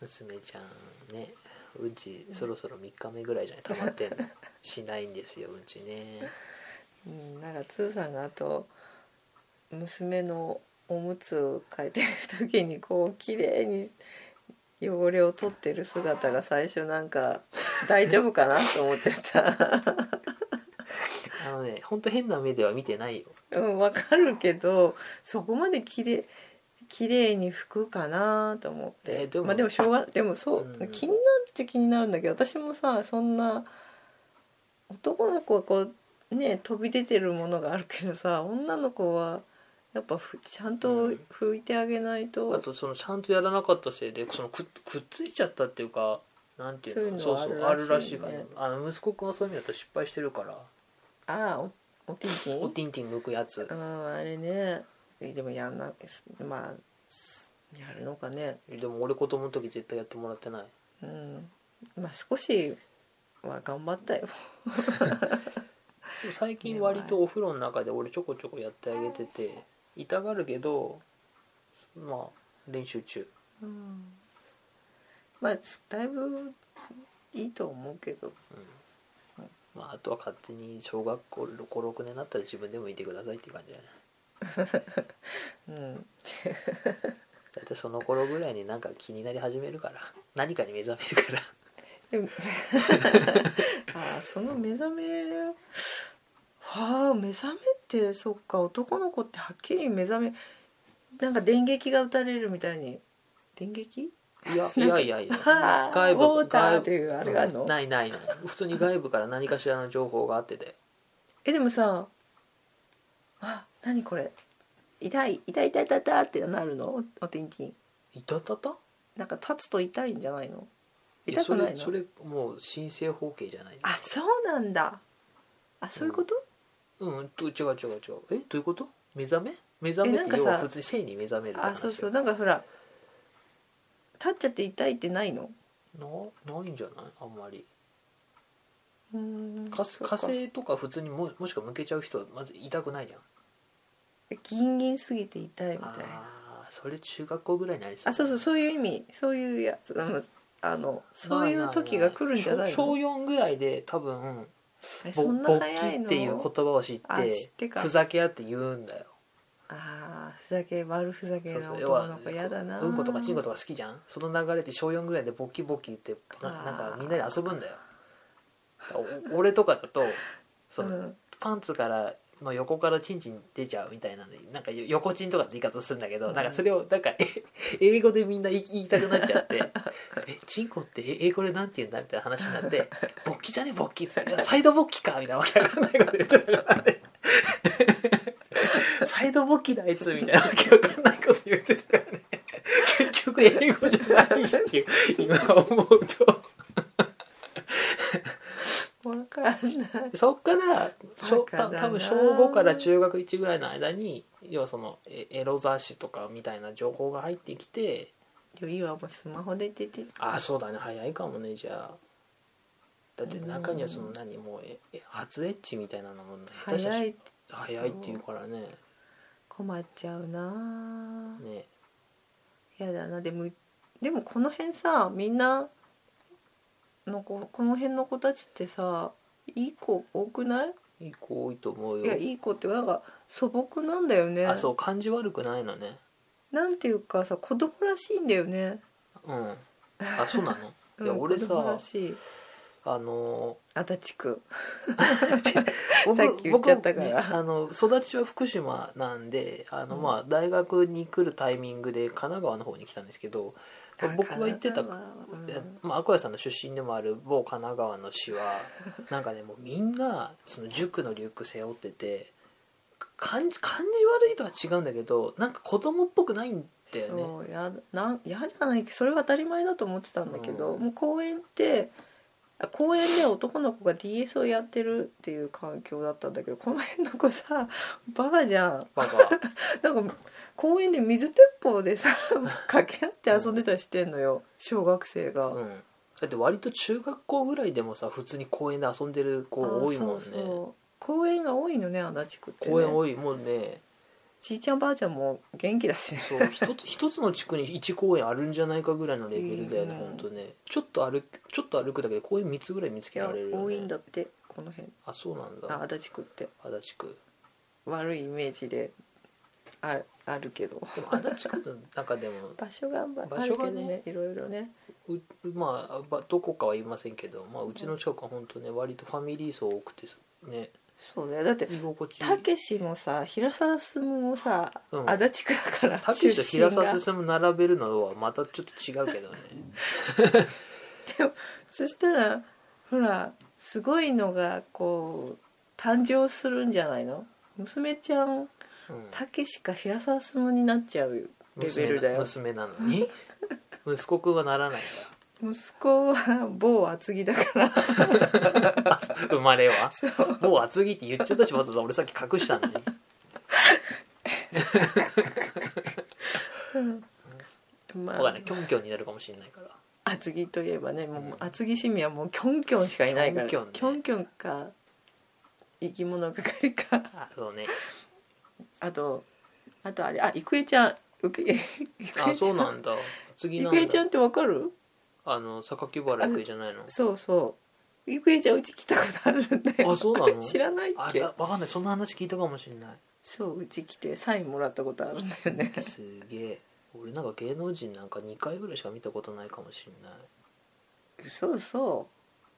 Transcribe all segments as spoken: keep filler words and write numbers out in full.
娘ちゃんね、うんちそろそろみっかめぐらいじゃない溜まってんのしないんですようんちね。 うん、なんかつーさんがあと娘のおむつを替えてる時にこう綺麗に汚れを取ってる姿が最初なんか大丈夫かなと思っちゃったあのね、ほんと変な目では見てないよ。 うんわかるけどそこまで綺麗綺麗に拭くかなと思って、 えーでもまあでもしょうがでもそう、 うん、 気になるっちゃ気になるんだけど、私もさそんな男の子はこうね飛び出てるものがあるけどさ、女の子はやっぱふちゃんと拭いてあげないと、 あとそのちゃんとやらなかったせいでその く, くっついちゃったっていうか、なんていうの、 そういうのはあるらしいね。 そうそうあるらしいから、あの息子くんはそういう意味だと失敗してるから、 ああ お, おティンティンおティンティン剥くやつ、 あああれね、でもやんなまあやるのかね。 でも俺子供の時絶対やってもらってない。 うんまあ少しは頑張ったよでも最近割とお風呂の中で俺ちょこちょこやってあげてて、痛がるけどまあ練習中、 うん、まあだいぶいいと思うけど、 うんまあ、あとは勝手に小学校ごろくねんになったら自分でもいてくださいっていう感じじゃないうんだいたいその頃ぐらいになんか気になり始めるから、何かに目覚めるからでもあその目覚めはあ目覚めってそっか、男の子ってはっきり目覚めなんか電撃が打たれるみたいに。電撃いやいやいやいや外部ウォーターっていうあれがあるの、 うん、ないないない普通に外部から何かしらの情報があっててえでもさあ何これ痛い痛い痛い痛い痛いってなるのおティンティン。 いたたたなんか立つと痛いんじゃないの？痛くないの？ それそれもう新生包茎じゃないですか。 あそうなんだ。あそういうこと？ うん、うん、と違う違う違う。えどういうこと？目覚め目覚めって要は普通に性に目覚めるって話。 あそうそうなんかほら立っちゃって痛いってないの？ なないんじゃないあんまり。 うーん火星とか普通に も, もしくは向けちゃう人はまず痛くないじゃん。 ギンギンすぎて痛いみたいな。 あそれ中学校ぐらいになりそう。 あそうそうそういう意味、そういうやつ、あのそういう時が来るんじゃないの？ 小よんぐらいで多分そんな早いの？ 勃起っていう言葉を知ってふざけ合って言うんだよ。 ああふざけ悪ふざけな男の子やだな。 うんことかちんことか好きじゃん。その流れで小よんぐらいでボッキボキってな, なんかみんなで遊ぶんだよ。俺とかだとその、うん、パンツからの横からチンチン出ちゃうみたいなんでなんか横チンとかって言い方するんだけど、うん、なんかそれをなんか英語でみんな言いたくなっちゃってえチンコって英語でなんて言うんだみたいな話になって勃起じゃね勃起サイド勃起かみたいなわけわかんないこと言ってたからねサイド勃起だあいつみたいなわけわかんないこと言ってたからね結局英語じゃないしっていう今思うと分かんない。 そっから多分小ごから中学いちぐらいの間に要はそのエロ雑誌とかみたいな情報が入ってきて、 いいわもうスマホで出てる。 ああそうだね早いかもね。じゃあだって中にはその何もうえ初エッチみたいなのも早い早いって言うからね。 困っちゃうなね。 やだな。でもでもこの辺さみんなのここの辺の子たちってさいい子多くない？ いい子多いと思うよ。 いやいい子ってなんか素朴なんだよね。 あそう感じ悪くないのね。 なんていうかさ子供らしいんだよね。 うんあそうなの、うん、いや俺さあの足立区さっき言っちゃったからあの育ちは福島なんであの、まあ、大学に来るタイミングで神奈川の方に来たんですけど、僕が言ってた、うんまあ、アコヤさんの出身でもある某神奈川の市はなんかねもうみんなその塾のリュック背負ってて感じ感じ悪いとは違うんだけどなんか子供っぽくないんだよね。 そうやなやじゃないそれは当たり前だと思ってたんだけど、うん、もう公園って公園で男の子が ディーエス をやってるっていう環境だったんだけどこの辺の子さバカじゃん。 バカなんか公園で水鉄砲でさ掛け合って遊んでたりしてんのよ、うん、小学生が、うん、 だって割と中学校ぐらいでもさ普通に公園で遊んでる子多いもんね。 そうそう公園が多いのね足立区ってね。 公園多いもんね。 じいちゃんばあちゃんも元気だしね。 そう一つ一つの地区にいち公園あるんじゃないかぐらいのレベルだよね、 うんほんとね。ちょっと歩くちょっと歩くだけで公園みっつぐらい見つけいやられるよね。 多いんだってこの辺。 あ、そうなんだ。 あ、足立区って足立区悪いイメージでああるけど、 でも足立区の中でも場所があ場る所がねけどね、いろいろね。 うまあばどこかは言いませんけど、まあ、うちの近くは本当ね割とファミリー層多くてね、 そうだよ。だって居心地いい。 たけしもさ、平沢進もさ、 うん足立区だからたけしと平出身が沢進並べるのはまたちょっと違うけどねでもそしたらほらすごいのがこう誕生するんじゃないの。娘ちゃんうんたけしか平沢進になっちゃうレベルだよ。 娘な娘なのに息子くんはならないん息子は某厚木だからだ生まれはそうもう厚木って言っちゃったし、わざわざ俺さっき隠したのにまわかんない、キョンキョンになるかもしれないから。 厚木といえばね、もう、 うん厚木市民はもうキョンキョンしかいないから、 キョンキョンねキョンキョンか生き物係か、 あ、そうね。 あとあとあれ、あ、郁恵ちゃん、郁恵あ、そうなんだ。次なんだ。 郁恵ちゃんってわかる？ あの榊原郁恵じゃないの。 そうそう、郁恵ちゃんうち来たことあるんだよ。 あ、そうなの？ 知らないっあ、 け？ だわかんない。そんな話聞いたかもしれない。 そう、うち来てサインもらったことあるんだよね。 すげえ。俺なんか芸能人なんかにかいぐらいしか見たことないかもしれない。 そうそう、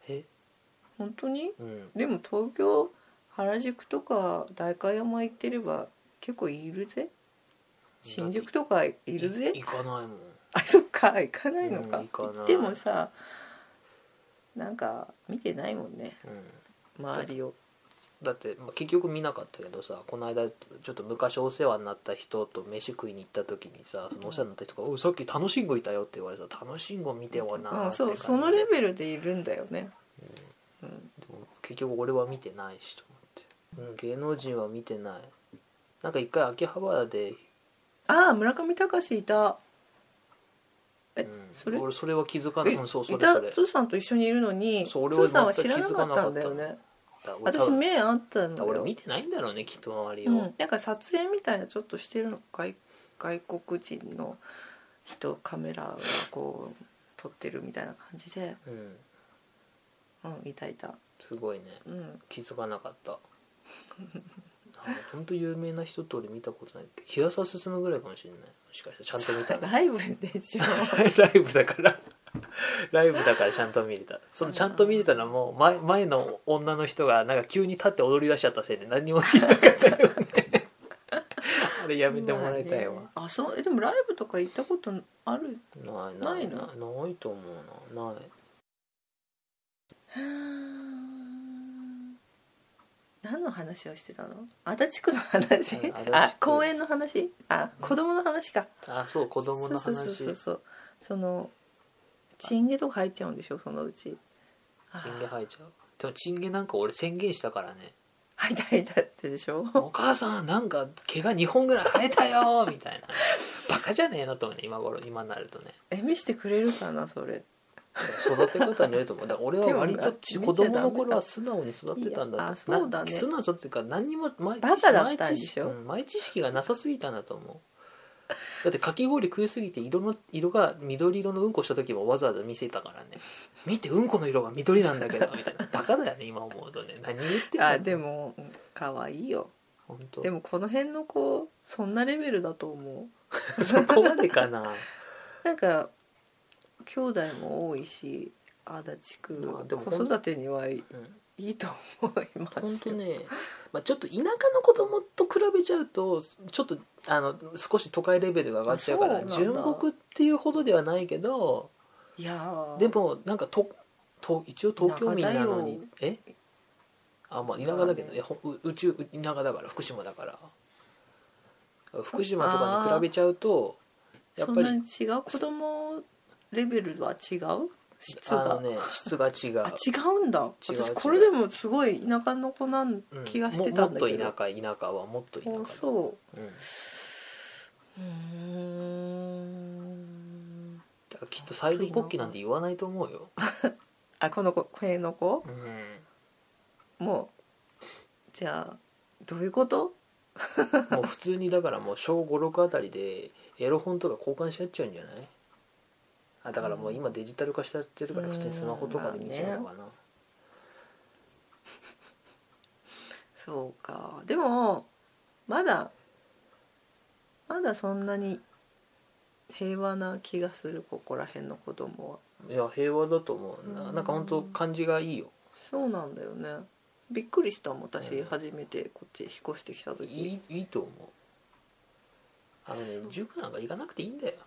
え？ 本当に？ うん。 でも東京原宿とか代官山行ってれば結構いるぜ。新宿とかいるぜ。 い行かないもん。 あ、そっか、行かないのか。 うん行かない行ってもさ、なんか見てないもんね、 うん。 周りを。 だって、まあ、結局見なかったけどさ、この間ちょっと昔お世話になった人と飯食いに行った時にさ、そのお世話になった人が「おいさっき楽しんごいたよ」って言われたら、楽しんご見てはなーうん、そう、 って感じで、 そのレベルでいるんだよね。うん、 でも結局俺は見てないしと思って、うん、芸能人は見てない。なんか一回秋葉原で、 ああ、村上隆いた。え、 うん、 それ俺それは気づかない。 え、 うん、そうそいた。 れそれツーさんと一緒にいるのに、ツそう俺はーさんは全く知らなかったんだよ気づかなかね。 だ俺多分私目あったのよ。 俺見てないんだろうね、きっと周りを、 うん、なんか撮影みたいなちょっとしてるの。外外国人の人カメラがこう撮ってるみたいな感じで、 うん、 うん、いたいた。 すごいね、 うん、 気づかなかった本当有名な人って俺見たことないけど、平沢進ぐらいかもしれない。もしかしたらちゃんと見たらライブでしょ。 ライブだからライブだからちゃんと見れた。そのちゃんと見れたのはもう 前, 前の女の人がなんか急に立って踊り出しちゃったせいで何にも見えなかったよねあれやめてもらいたいわ、 まあね、あ、そう。え、でもライブとか行ったことある？ ないないないの？ ないと思うな。ない。 何の話をしてたの？足立区の話、 うん、 あ、公園の話、あ、子供の話か。 あ、そう、子供の話。 そうそうそうそう、そのチンゲとか入っちゃうんでしょ、そのうち。 チンゲ吐いちゃう。でもチンゲなんか俺宣言したからね。 吐いた吐いたってでしょ。 お母さんなんか毛がにほんぐらい生えたよみたいなバカじゃねえのと思うね、今頃今になるとね。 え、見してくれるかなそれ。 育て方によると思う。だから俺は割と子供の頃は素直に育てたんだと。 いや、あ、そうだね。 素直に育ててから何にも前バカだったんでしょ。 前知識、うん、前知識がなさすぎたんだと思う。だってかき氷食いすぎて色の色が緑色のうんこした時もわざわざ見せたからね。見てうんこの色が緑なんだけどみたいな。バカだよね今思うとね。何言ってんの。 あ、でも可愛いよ。 本当。 でもこの辺の子そんなレベルだと思うそこまでかななんか兄弟も多いし、足立区、まあ、子育てにはいいと思います。 本当ね、まあ、ちょっと田舎の子供と比べちゃうとちょっとあの少し都会レベルが上がっちゃうから純国っていうほどではないけど、 いやでもなんかとと一応東京民なのに、えあ、まあ田舎だけど、ね、うち田舎だから福島だから福島とかに比べちゃうとやっぱりそんなに違う。子供レベルは違う。質が、 あのね、質が違う。 あ、違うんだ。 違う違う。 私これでもすごい田舎の子なん気がしてたんだけど、 うん、も, もっと田舎田舎はもっと田舎だ。 そう、 うん、 うんだからきっとサイド国旗なんて言わないと思うよあ、この子、これの子、 うん、 もうじゃあどういうこと？ もう普通にだからもう小ごろくあたりでエロ本とか交換し合っちゃうんじゃない？あだからもう今デジタル化しちゃってるから普通にスマホとかで見ちゃうのかな、 まあね、そうか。でもまだまだそんなに平和な気がする、ここら辺の子供は。 いや平和だと思う。ななんか本当感じがいいよ。 そうなんだよね。びっくりしたもん私、 うん、 初めてこっち引っ越してきた時。 いいいいと思う。あのね塾なんか行かなくていいんだよ、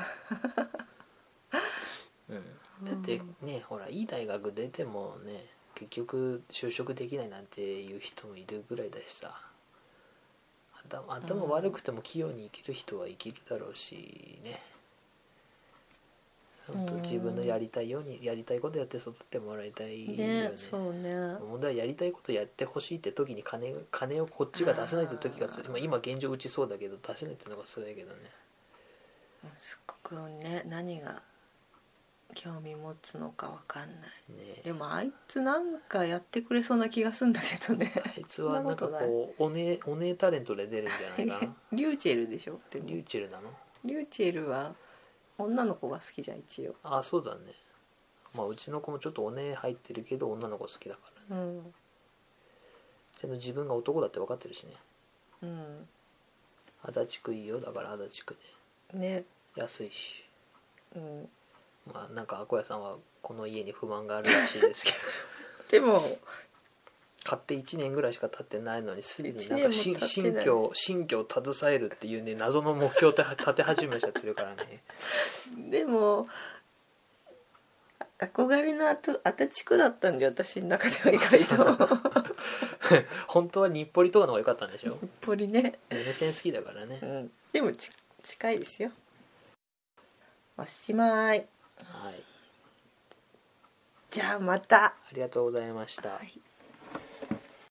うん、だってねほらいい大学出てもね結局就職できないなんていう人もいるぐらいだしさ、頭頭悪くても器用に生きる人は生きるだろうしね、本当自分のやりたいようにやりたいことやって育ってもらいたいよね。 ね、そうね。 問題はやりたいことやってほしいって時に金金をこっちが出せないって時が今今現状打ちそうだけど出せないってのが辛いけどね。 すっごくね何が興味持つのか分かんない、ね、でもあいつなんかやってくれそうな気がするんだけどね。 あいつはなんかこうおねおねタレントで出るんじゃないかな。 リューチェルでしょ。でもリューチェルなの？ リューチェルは女の子が好きじゃん一応。 あそうだね。まあうちの子もちょっとおね入ってるけど女の子好きだからね、うん、ちゃんと自分が男だって分かってるしね。うん足立区いいよ。だから足立区でね安いし、うん、まあなんかアコヤさんはこの家に不満があるらしいですけどでも買っていちねんぐらいしか経ってないのにすでになんか新居新居を携えるっていうね謎の目標を立て始めちゃってるからね。でも憧れの足立区だったんで私の中では意外と本当は日暮里とかの方が良かったんでしょ。 日暮里ね目線好きだからね、 うん、でもち近いですよ。おしまい。 はい、 じゃあまた。 ありがとうございました。 はい。